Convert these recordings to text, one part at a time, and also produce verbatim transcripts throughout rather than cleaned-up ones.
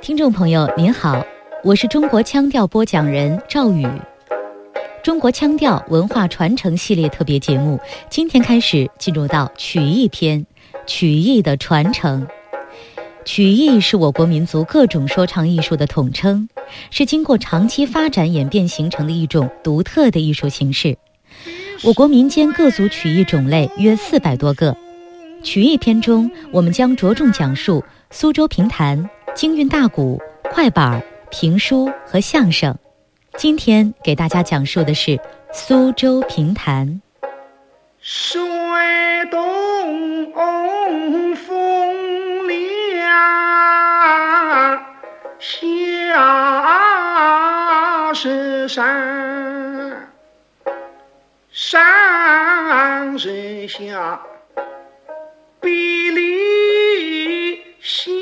听众朋友您好，我是中国腔调播讲人赵宇。中国腔调文化传承系列特别节目今天开始进入到曲艺篇，曲艺的传承。曲艺是我国民族各种说唱艺术的统称，是经过长期发展演变形成的一种独特的艺术形式。我国民间各族曲艺种类约四百多个。曲艺篇中，我们将着重讲述苏州评弹、京韵大鼓、快板、评书和相声。今天给大家讲述的是苏州评弹。 水东风凉，下是山，山是下，比例相，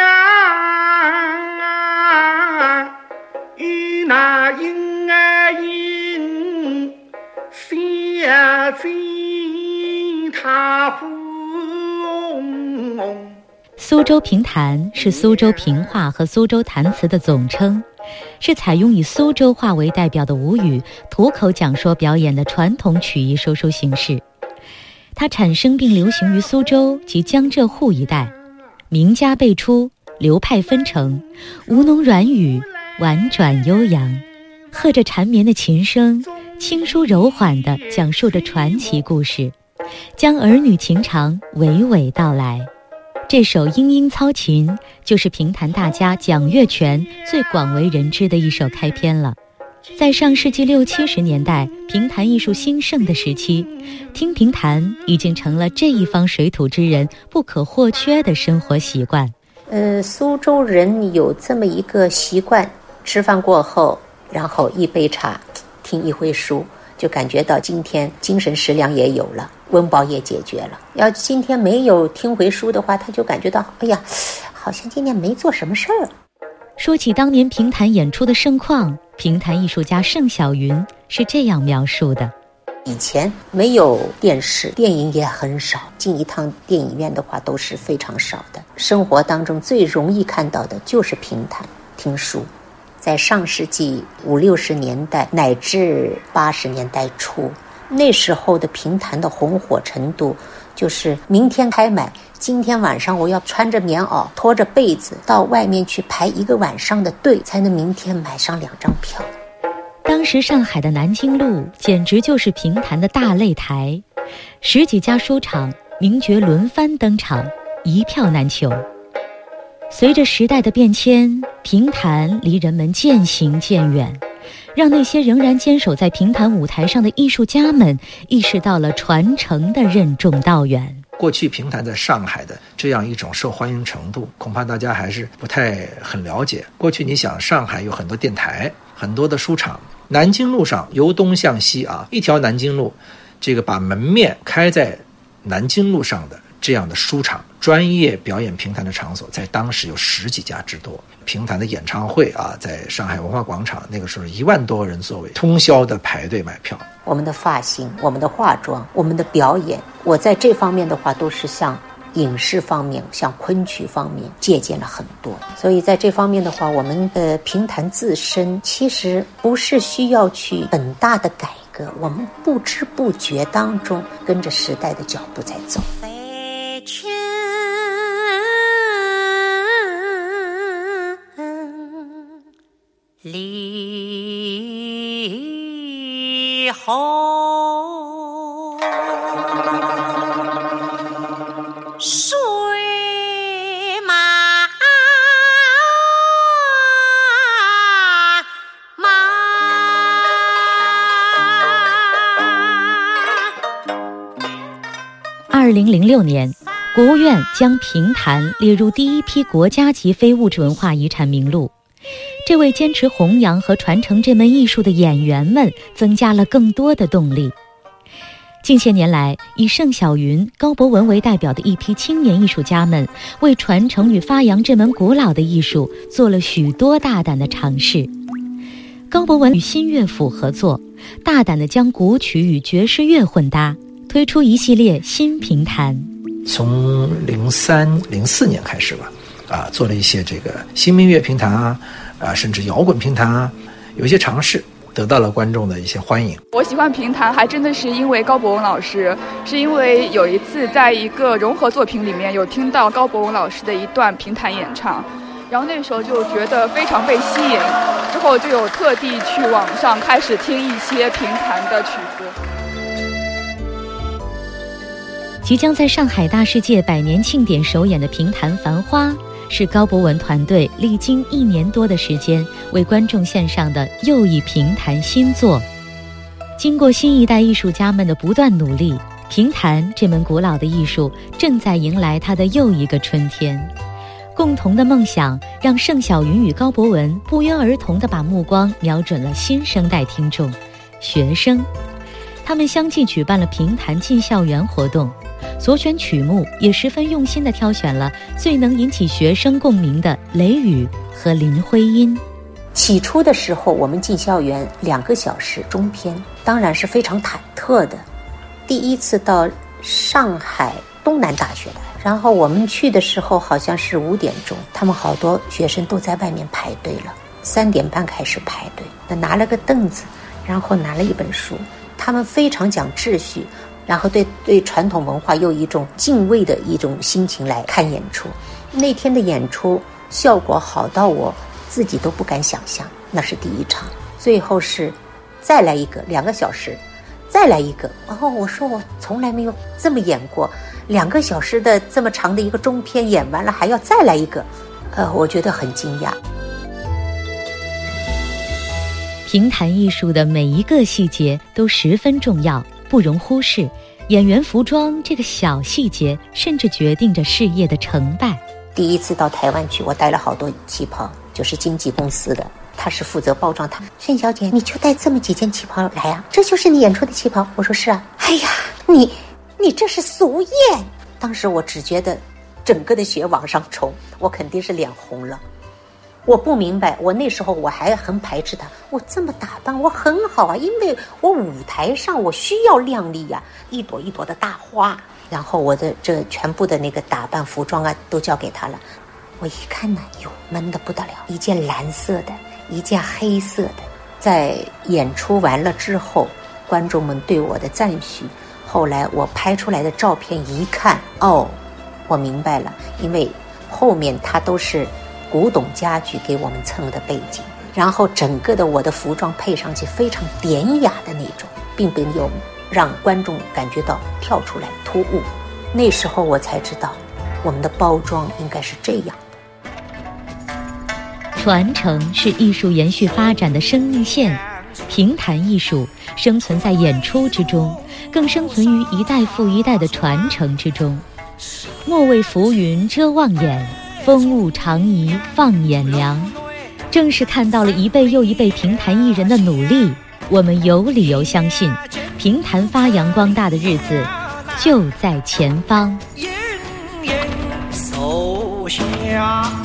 与那婴儿婴相见他红。 苏州评弹是苏州评话和苏州弹词的总称，是采用以苏州话为代表的吴语土口讲说表演的传统曲艺收收形式。它产生并流行于苏州及江浙沪一带，名家辈出，流派纷呈，吴侬软语，婉转悠扬，和着缠绵的琴声，轻舒柔缓地讲述着传奇故事，将儿女情长娓娓道来。这首《莺莺操琴》就是评弹大家蒋月泉最广为人知的一首开篇了。在上世纪六七十年代评弹艺术兴盛的时期，听评弹已经成了这一方水土之人不可或缺的生活习惯。 呃，苏州人有这么一个习惯，吃饭过后，然后一杯茶，听一回书，就感觉到今天精神食粮也有了，温饱也解决了。要今天没有听回书的话，他就感觉到，哎呀，好像今天没做什么事儿。 说起当年评弹演出的盛况，评弹艺术家盛小云是这样描述的： 以前没有电视，电影也很少，进一趟电影院的话都是非常少的。生活当中最容易看到的就是评弹、听书。在上世纪五六十年代乃至八十年代初，那时候的评弹的红火程度，就是明天开买，今天晚上我要穿着棉袄，拖着被子到外面去排一个晚上的队，才能明天买上两张票。 当时上海的南京路简直就是评弹的大擂台，十几家书场名角轮番登场，一票难求。随着时代的变迁，评弹离人们渐行渐远，让那些仍然坚守在评弹舞台上的艺术家们意识到了传承的任重道远。 过去评弹在上海的这样一种受欢迎程度，恐怕大家还是不太很了解。过去你想，上海有很多电台，很多的书场，南京路上由东向西啊，一条南京路，这个把门面开在南京路上的这样的书场，专业表演评弹的场所，在当时有十几家之多。评弹的演唱会啊，在上海文化广场，那个时候一万多人座位，通宵的排队买票。 我们的发型、我们的化妆、我们的表演，我在这方面的话都是向影视方面、向昆曲方面借鉴了很多。所以在这方面的话，我们的评弹自身其实不是需要去很大的改革，我们不知不觉当中跟着时代的脚步在走。 离后水马马二零零六年，国务院将评弹列入第一批国家级非物质文化遗产名录。这为坚持弘扬和传承这门艺术的演员们增加了更多的动力。近些年来，以盛小云、高博文为代表的一批青年艺术家们，为传承与发扬这门古老的艺术做了许多大胆的尝试。高博文与新乐府合作，大胆地将古曲与爵士乐混搭，推出一系列新评弹。 从零三零四年开始吧， 啊，做了一些这个新民乐评弹啊，啊，甚至摇滚评弹啊，有一些尝试，得到了观众的一些欢迎。 我喜欢评弹，还真的是因为高博文老师，是因为有一次在一个融合作品里面有听到高博文老师的一段评弹演唱，然后那时候就觉得非常被吸引，之后就有特地去网上开始听一些评弹的曲子。 即将在上海大世界百年庆典首演的评弹《繁花》，是高博文团队历经一年多的时间为观众献上的又一评弹新作。经过新一代艺术家们的不断努力，评弹这门古老的艺术正在迎来它的又一个春天。共同的梦想让盛晓云与高博文不约而同地把目光瞄准了新生代听众学生。他们相继举办了评弹进校园活动，所选曲目也十分用心地挑选了最能引起学生共鸣的雷雨和林徽因。 起初的时候，我们进校园两个小时中篇，当然是非常忐忑的。第一次到上海东南大学来，然后我们去的时候好像是五点钟，他们好多学生都在外面排队了，三点半开始排队，那拿了个凳子，然后拿了一本书，他们非常讲秩序，然后对对传统文化有一种敬畏的一种心情来看演出。那天的演出效果好到我自己都不敢想象，那是第一场，最后是再来一个两个小时，再来一个，然后我说我从来没有这么演过，两个小时的这么长的一个中篇演完了还要再来一个，呃，我觉得很惊讶。 评弹艺术的每一个细节都十分重要，不容忽视。演员服装这个小细节，甚至决定着事业的成败。 第一次到台湾去，我带了好多旗袍，就是经纪公司的，他是负责包装它。盛小姐，你就带这么几件旗袍来啊？这就是你演出的旗袍？我说是啊。哎呀，你你这是俗艳。当时我只觉得整个的血往上冲，我肯定是脸红了。我不明白，我那时候我还很排斥他。我这么打扮，我很好啊，因为我舞台上我需要靓丽呀、啊，一朵一朵的大花。然后我的这全部的那个打扮服装啊都交给他了。我一看呢，哟，闷得不得了，一件蓝色的，一件黑色的。在演出完了之后，观众们对我的赞许，后来我拍出来的照片一看，哦，我明白了，因为后面它都是古董家具给我们蹭的背景，然后整个的我的服装配上去非常典雅的那种，并没有让观众感觉到跳出来突兀。那时候我才知道我们的包装应该是这样的。 传承是艺术延续发展的生命线，评弹艺术生存在演出之中，更生存于一代复一代的传承之中。莫为浮云遮望眼，风物长宜放眼量。正是看到了一辈又一辈评弹艺人的努力，我们有理由相信，评弹发扬光大的日子就在前方。 隐隐手下